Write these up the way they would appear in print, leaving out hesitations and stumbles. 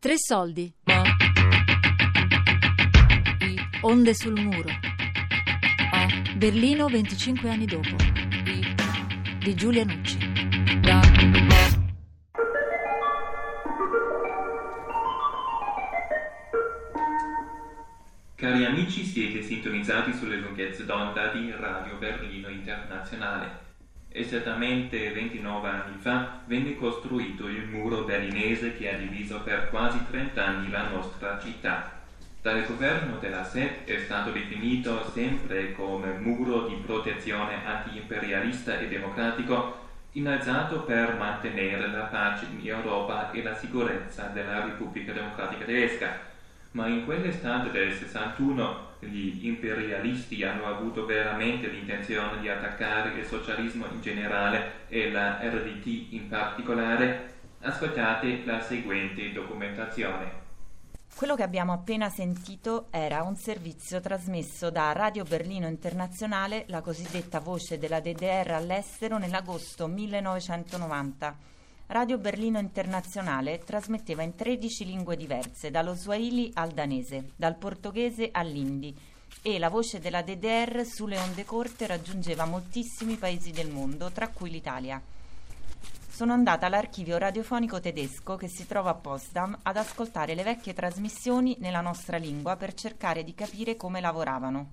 Tre soldi. Onde sul muro. Berlino 25 anni dopo. Di Giulia Nucci. Cari amici, siete sintonizzati sulle lunghezze d'onda di Radio Berlino Internazionale. Esattamente 29 anni fa venne costruito il muro berlinese che ha diviso per quasi 30 anni la nostra città. Dal governo della SED è stato definito sempre come muro di protezione anti-imperialista e democratico, innalzato per mantenere la pace in Europa e la sicurezza della Repubblica Democratica Tedesca. Ma in quell'estate del 61 gli imperialisti hanno avuto veramente l'intenzione di attaccare il socialismo in generale e la RDT in particolare. Ascoltate la seguente documentazione. Quello che abbiamo appena sentito era un servizio trasmesso da Radio Berlino Internazionale, la cosiddetta voce della DDR all'estero, nell'agosto 1990. Radio Berlino Internazionale trasmetteva in 13 lingue diverse, dallo swahili al danese, dal portoghese all'indi, e la voce della DDR sulle onde corte raggiungeva moltissimi paesi del mondo, tra cui l'Italia. Sono andata all'archivio radiofonico tedesco che si trova a Potsdam ad ascoltare le vecchie trasmissioni nella nostra lingua per cercare di capire come lavoravano.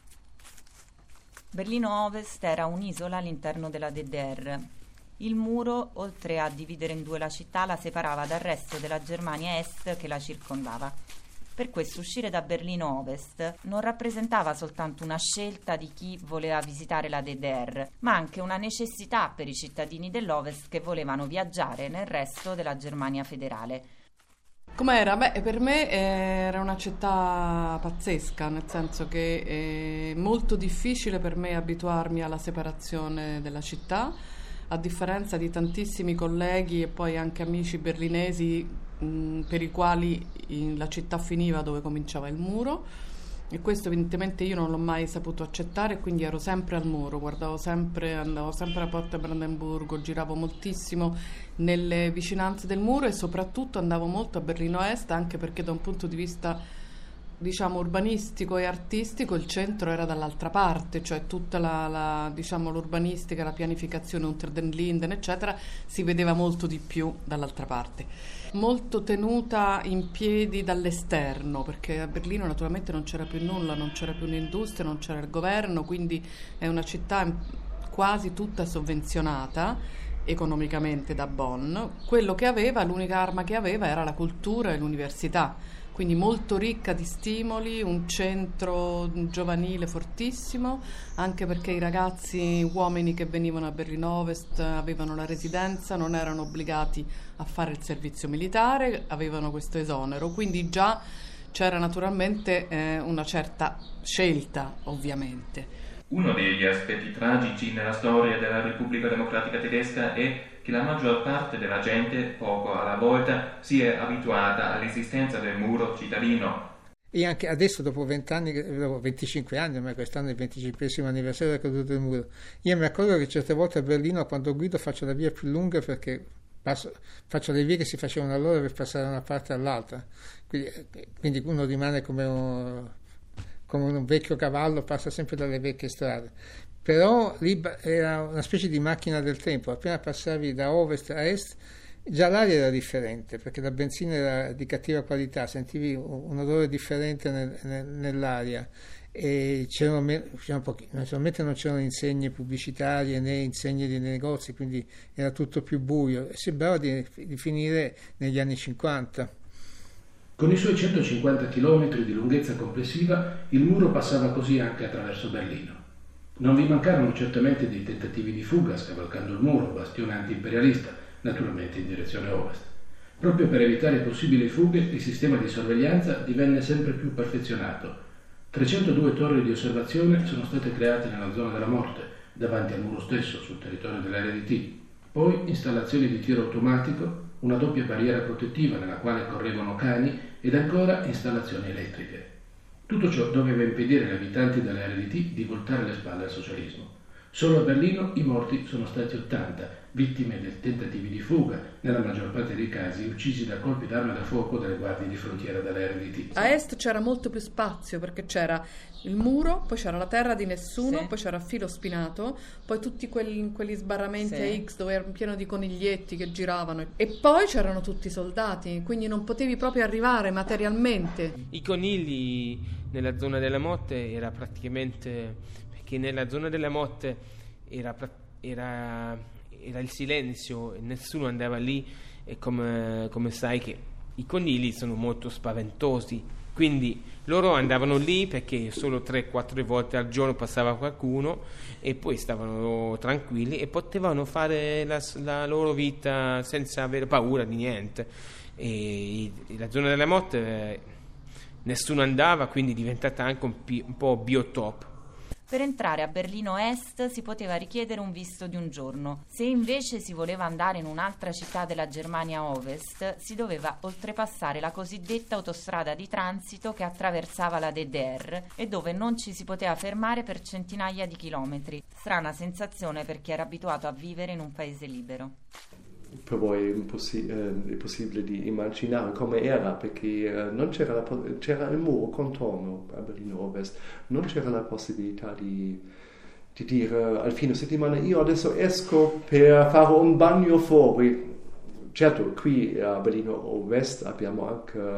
Berlino Ovest era un'isola all'interno della DDR. Il muro, oltre a dividere in due la città, la separava dal resto della Germania Est che la circondava. Per questo uscire da Berlino Ovest non rappresentava soltanto una scelta di chi voleva visitare la DDR, ma anche una necessità per i cittadini dell'Ovest che volevano viaggiare nel resto della Germania federale. Com'era? Beh, per me era una città pazzesca, nel senso che è molto difficile per me abituarmi alla separazione della città, a differenza di tantissimi colleghi e poi anche amici berlinesi per i quali la città finiva dove cominciava il muro, e questo evidentemente io non l'ho mai saputo accettare, quindi ero sempre al muro, andavo sempre a Porta Brandenburgo, giravo moltissimo nelle vicinanze del muro e soprattutto andavo molto a Berlino Est, anche perché da un punto di vista diciamo urbanistico e artistico il centro era dall'altra parte, cioè tutta l'urbanistica, la pianificazione Unter den Linden eccetera si vedeva molto di più dall'altra parte, molto tenuta in piedi dall'esterno, perché a Berlino naturalmente non c'era più nulla, non c'era più un'industria, non c'era il governo, quindi è una città quasi tutta sovvenzionata economicamente da Bonn. Quello che aveva, l'unica arma che aveva era la cultura e l'università, quindi molto ricca di stimoli, un centro giovanile fortissimo, anche perché i ragazzi uomini che venivano a Berlino Ovest avevano la residenza, non erano obbligati a fare il servizio militare, avevano questo esonero, quindi già c'era naturalmente una certa scelta, ovviamente. Uno degli aspetti tragici nella storia della Repubblica Democratica Tedesca è che la maggior parte della gente, poco alla volta, si è abituata all'esistenza del muro cittadino. E anche adesso, dopo 20 anni, dopo 25 anni, ma quest'anno è il 25esimo anniversario della caduta del muro, io mi accorgo che certe volte a Berlino, quando guido, faccio la via più lunga perché faccio le vie che si facevano allora per passare da una parte all'altra. Quindi uno rimane come un vecchio cavallo, passa sempre dalle vecchie strade. Però lì era una specie di macchina del tempo, appena passavi da ovest a est già l'aria era differente, perché la benzina era di cattiva qualità, sentivi un odore differente nell'aria, e naturalmente non c'erano insegne pubblicitarie né insegne di negozi, quindi era tutto più buio e sembrava di finire negli anni 50. Con i suoi 150 km di lunghezza complessiva, il muro passava così anche attraverso Berlino. Non vi mancarono certamente dei tentativi di fuga scavalcando il muro, bastione anti-imperialista, naturalmente in direzione ovest. Proprio per evitare possibili fughe, il sistema di sorveglianza divenne sempre più perfezionato. 302 torri di osservazione sono state create nella zona della morte, davanti al muro stesso, sul territorio dell'RDT. Poi installazioni di tiro automatico, una doppia barriera protettiva nella quale correvano cani ed ancora installazioni elettriche. Tutto ciò doveva impedire agli abitanti della RDT di voltare le spalle al socialismo. Solo a Berlino i morti sono stati 80, vittime dei tentativi di fuga, nella maggior parte dei casi uccisi da colpi d'arma da fuoco delle guardie di frontiera dall'Herviti. A est c'era molto più spazio perché c'era il muro, poi c'era la terra di nessuno, Sì. poi c'era filo spinato, poi tutti quegli sbarramenti Sì. a X dove era pieno di coniglietti che giravano e poi c'erano tutti i soldati, quindi non potevi proprio arrivare materialmente. I conigli nella zona della morte era praticamente, perché nella zona della morte era il silenzio e nessuno andava lì, e come sai che i conigli sono molto spaventosi, quindi loro andavano lì perché solo 3-4 volte al giorno passava qualcuno e poi stavano tranquilli e potevano fare la loro vita senza avere paura di niente. E la zona della morte nessuno andava, quindi è diventata anche un po' biotop. Per entrare a Berlino Est si poteva richiedere un visto di un giorno. Se invece si voleva andare in un'altra città della Germania Ovest, si doveva oltrepassare la cosiddetta autostrada di transito che attraversava la DDR e dove non ci si poteva fermare per centinaia di chilometri. Strana sensazione per chi era abituato a vivere in un paese libero. Per voi è possibile di immaginare come era, perché non c'era il muro contorno a Berlino Ovest, non c'era la possibilità di dire al fine settimana io adesso esco per fare un bagno fuori. Certo, qui a Berlino Ovest abbiamo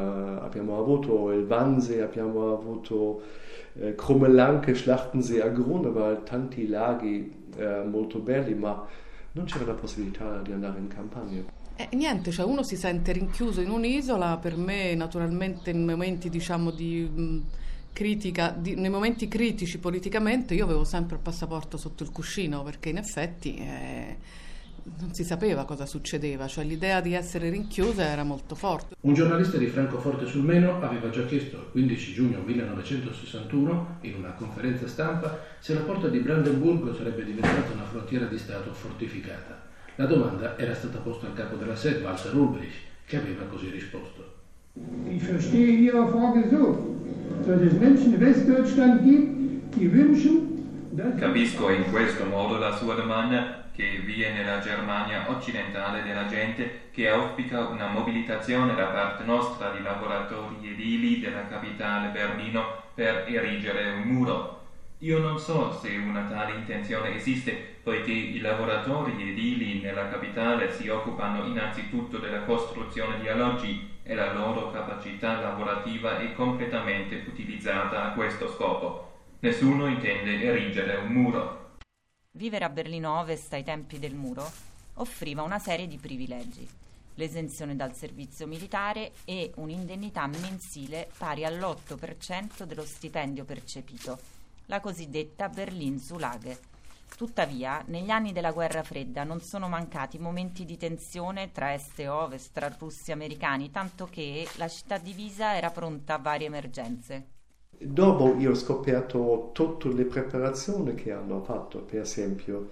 avuto il Wannsee, abbiamo avuto Krummelanke, Schlachtensee a Grunewald, tanti laghi molto belli, ma non c'era la possibilità di andare in campagna. Niente, cioè uno si sente rinchiuso in un'isola. Per me naturalmente in momenti di critica, nei momenti critici politicamente, io avevo sempre il passaporto sotto il cuscino perché in effetti non si sapeva cosa succedeva, cioè l'idea di essere rinchiusa era molto forte. Un giornalista di Francoforte sul Meno aveva già chiesto il 15 giugno 1961 in una conferenza stampa se la porta di Brandenburgo sarebbe diventata una frontiera di Stato fortificata. La domanda era stata posta al capo della SED, Walter Ulbricht, che aveva così risposto. Ich verstehe Ihre Frage so, dass es Menschen in Westdeutschland gibt, die wünschen, dass... Capisco in questo modo la sua domanda, che vi è nella Germania occidentale della gente che auspica una mobilitazione da parte nostra di lavoratori edili della capitale Berlino per erigere un muro. Io non so se una tale intenzione esiste, poiché i lavoratori edili nella capitale si occupano innanzitutto della costruzione di alloggi e la loro capacità lavorativa è completamente utilizzata a questo scopo. Nessuno intende erigere un muro. Vivere a Berlino Ovest ai tempi del muro offriva una serie di privilegi: l'esenzione dal servizio militare e un'indennità mensile pari all'8% dello stipendio percepito, la cosiddetta Berlin-Zulage. Tuttavia, negli anni della guerra fredda non sono mancati momenti di tensione tra est e ovest, tra russi e americani, tanto che la città divisa era pronta a varie emergenze. Dopo io ho scoperto tutte le preparazioni che hanno fatto, per esempio,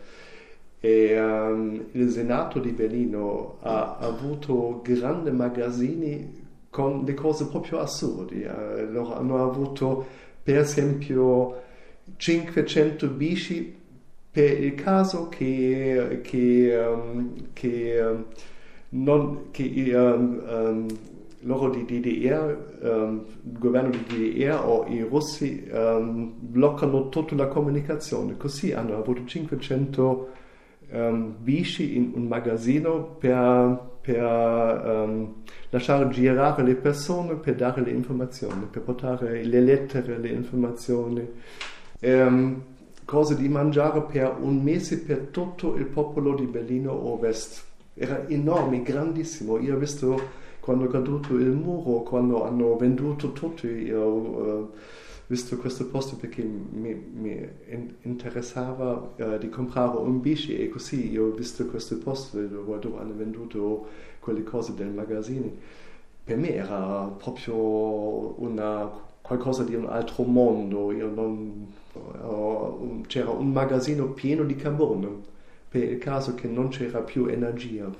il Senato di Berlino ha avuto grandi magazzini con le cose proprio assurde. Loro hanno avuto, per esempio, 500 bici per il caso che loro di DDR, il governo di DDR o i russi bloccano tutta la comunicazione. Così hanno avuto 500 bici in un magazzino per lasciare girare le persone, per dare le informazioni, per portare le lettere, le informazioni, cose di mangiare per un mese per tutto il popolo di Berlino Ovest. Era enorme, grandissimo. Io ho visto quando è caduto il muro, quando hanno venduto tutto, io ho visto questo posto perché mi interessava di comprare un bici e così io ho visto questo posto dove hanno venduto quelle cose del magazzino. Per me era proprio qualcosa di un altro mondo. C'era un magazzino pieno di carbone per il caso che non c'era più energia.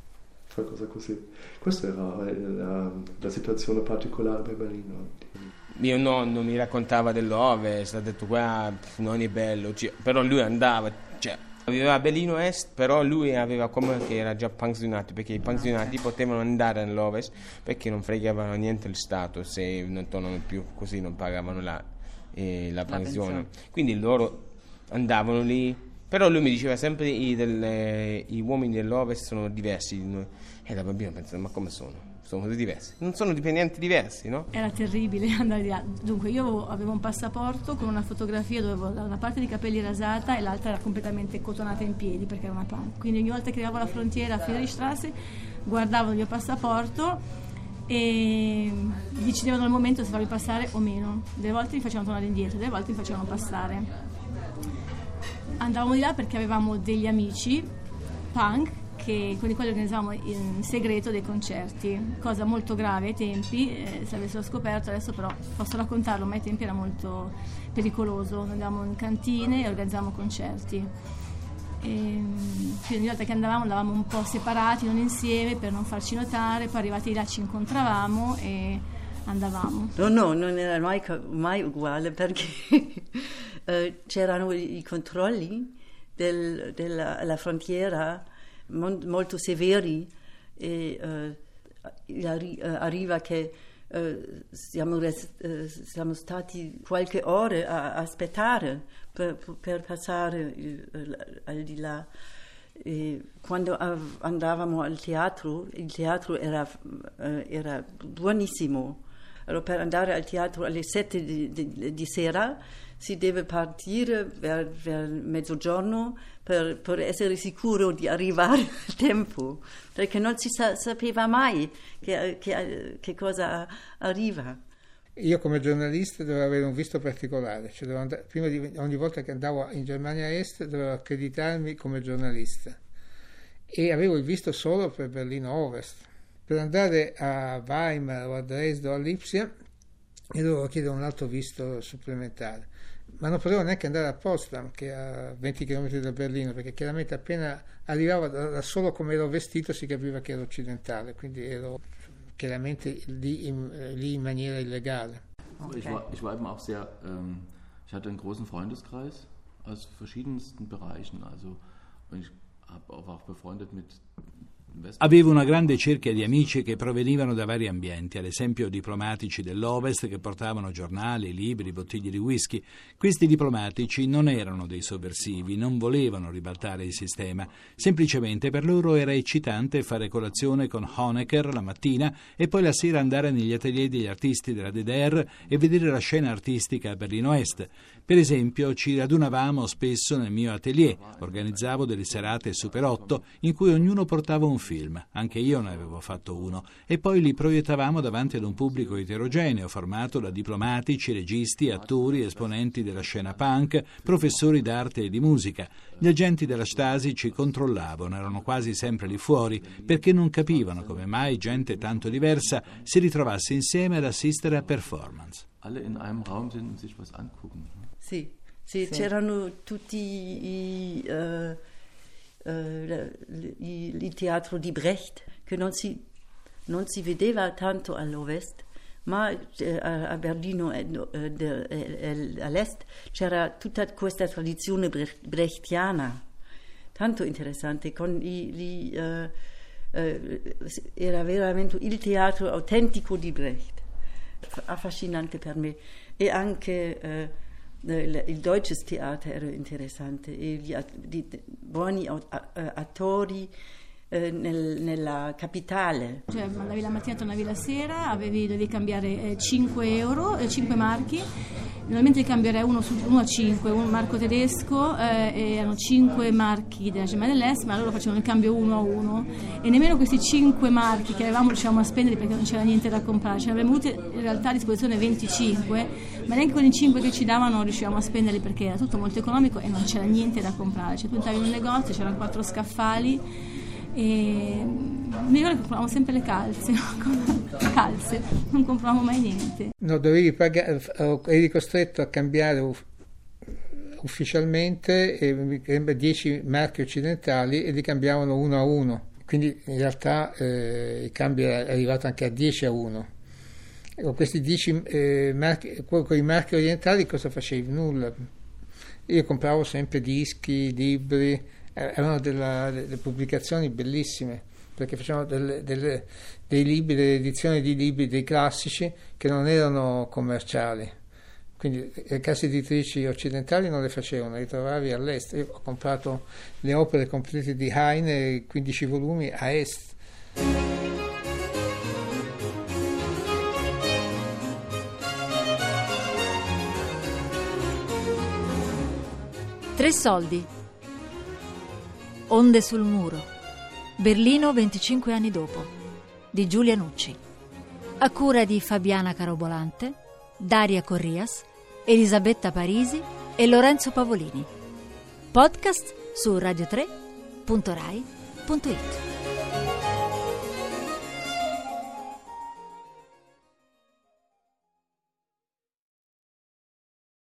Qualcosa così. Questa era la situazione particolare per Berlino. mio nonno mi raccontava dell'Ovest, ha detto qua non è bello, però lui andava, aveva a Berlino Est, però lui aveva come che era già pensionato, perché i pensionati potevano andare nell'Ovest perché non fregavano niente il Stato se non tornano più, così non pagavano la pensione. Quindi loro andavano lì, però lui mi diceva sempre i uomini dell'Ovest sono diversi. E da bambino pensavo, ma come sono? Sono così diversi, non sono dipendenti diversi, no? Era terribile andare di là. Dunque io avevo un passaporto con una fotografia dove avevo una parte dei capelli rasata e l'altra era completamente cotonata in piedi perché era una punk. Quindi ogni volta che arrivavo alla frontiera a Friedrichstraße guardavo il mio passaporto e decidevano al momento se farmi passare o meno. Delle volte mi facevano tornare indietro, delle volte mi facevano passare. Andavamo di là perché avevamo degli amici punk con i quali organizzavamo in segreto dei concerti, cosa molto grave ai tempi, se avessero scoperto, adesso però posso raccontarlo, ma ai tempi era molto pericoloso. Andavamo in cantine e organizzavamo concerti. Quindi ogni volta che andavamo un po' separati, non insieme, per non farci notare, poi arrivati là ci incontravamo e andavamo. No, non era mai uguale perché c'erano i controlli della frontiera molto severi e arriva che siamo stati qualche ora a aspettare per passare al di là. E quando andavamo al teatro, il teatro era buonissimo. Allora, per andare al teatro alle 7 di sera si deve partire per mezzogiorno per essere sicuro di arrivare a tempo, perché non si sapeva mai che cosa arriva. Io come giornalista dovevo avere un visto particolare, cioè ogni volta che andavo in Germania Est dovevo accreditarmi come giornalista e avevo il visto solo per Berlino Ovest. Per andare a Weimar o a Dresda o a Lipsia e dovevo chiedere un altro visto supplementare, ma non potevo neanche andare a Potsdam, che è a 20 km da Berlino, perché chiaramente appena arrivavo da solo come ero vestito si capiva che ero occidentale, quindi ero chiaramente lì in maniera illegale. Okay. Ich war eben auch sehr, ich hatte einen großen Freundeskreis aus verschiedensten Bereichen, also ich habe auch befreundet mit. Avevo una grande cerchia di amici che provenivano da vari ambienti, ad esempio diplomatici dell'Ovest che portavano giornali, libri, bottiglie di whisky. Questi diplomatici non erano dei sovversivi, non volevano ribaltare il sistema, semplicemente per loro era eccitante fare colazione con Honecker la mattina e poi la sera andare negli atelier degli artisti della DDR e vedere la scena artistica a Berlino Est. Per esempio ci radunavamo spesso nel mio atelier, organizzavo delle serate Super 8 in cui ognuno portava un film, anche io ne avevo fatto uno, e poi li proiettavamo davanti ad un pubblico eterogeneo formato da diplomatici, registi, attori, esponenti della scena punk, professori d'arte e di musica. Gli agenti della Stasi ci controllavano, erano quasi sempre lì fuori, perché non capivano come mai gente tanto diversa si ritrovasse insieme ad assistere a performance. Alle in einem Raum sind und sich was angucken. Sì, c'erano tutti il teatro di Brecht, che non si vedeva tanto all'Ovest, ma a Berlino all'Est c'era tutta questa tradizione brechtiana, tanto interessante, era veramente il teatro autentico di Brecht, affascinante per me, e anche il deutsches Theater era interessante, e di buoni attori nella capitale. Cioè andavi la mattina, tornavi la sera, dovevi cambiare 5 euro, 5 marchi, normalmente il cambio era 1 a 5, un marco tedesco, erano 5 marchi della Germania dell'Est, ma loro facevano il cambio 1 a 1 e nemmeno questi 5 marchi che avevamo riuscivamo a spendere perché non c'era niente da comprare, ce ne avremmo avute in realtà a disposizione 25, ma neanche con i 5 che ci davano riuscivamo a spenderli perché era tutto molto economico e non c'era niente da comprare, cioè tu entravi in un negozio, c'erano 4 scaffali e mi ricordo che compravamo sempre le calze, non compravamo mai niente. No, dovevi pagare, eri costretto a cambiare ufficialmente 10 marchi occidentali e li cambiavano 1 a 1, quindi in realtà il cambio è arrivato anche a 10 a 1 con questi 10 marchi, con i marchi orientali cosa facevi? Nulla. Io compravo sempre dischi, libri, erano delle pubblicazioni bellissime, perché facevano dei libri, delle edizioni di libri, dei classici che non erano commerciali. Quindi le case editrici occidentali non le facevano, le trovavi all'est. Io ho comprato le opere complete di Heine, 15 volumi, a Est. Tre soldi. Onde sul muro. Berlino 25 anni dopo. Di Giulia Nucci. A cura di Fabiana Carobolante, Daria Corrias, Elisabetta Parisi e Lorenzo Pavolini. Podcast su radio3.rai.it.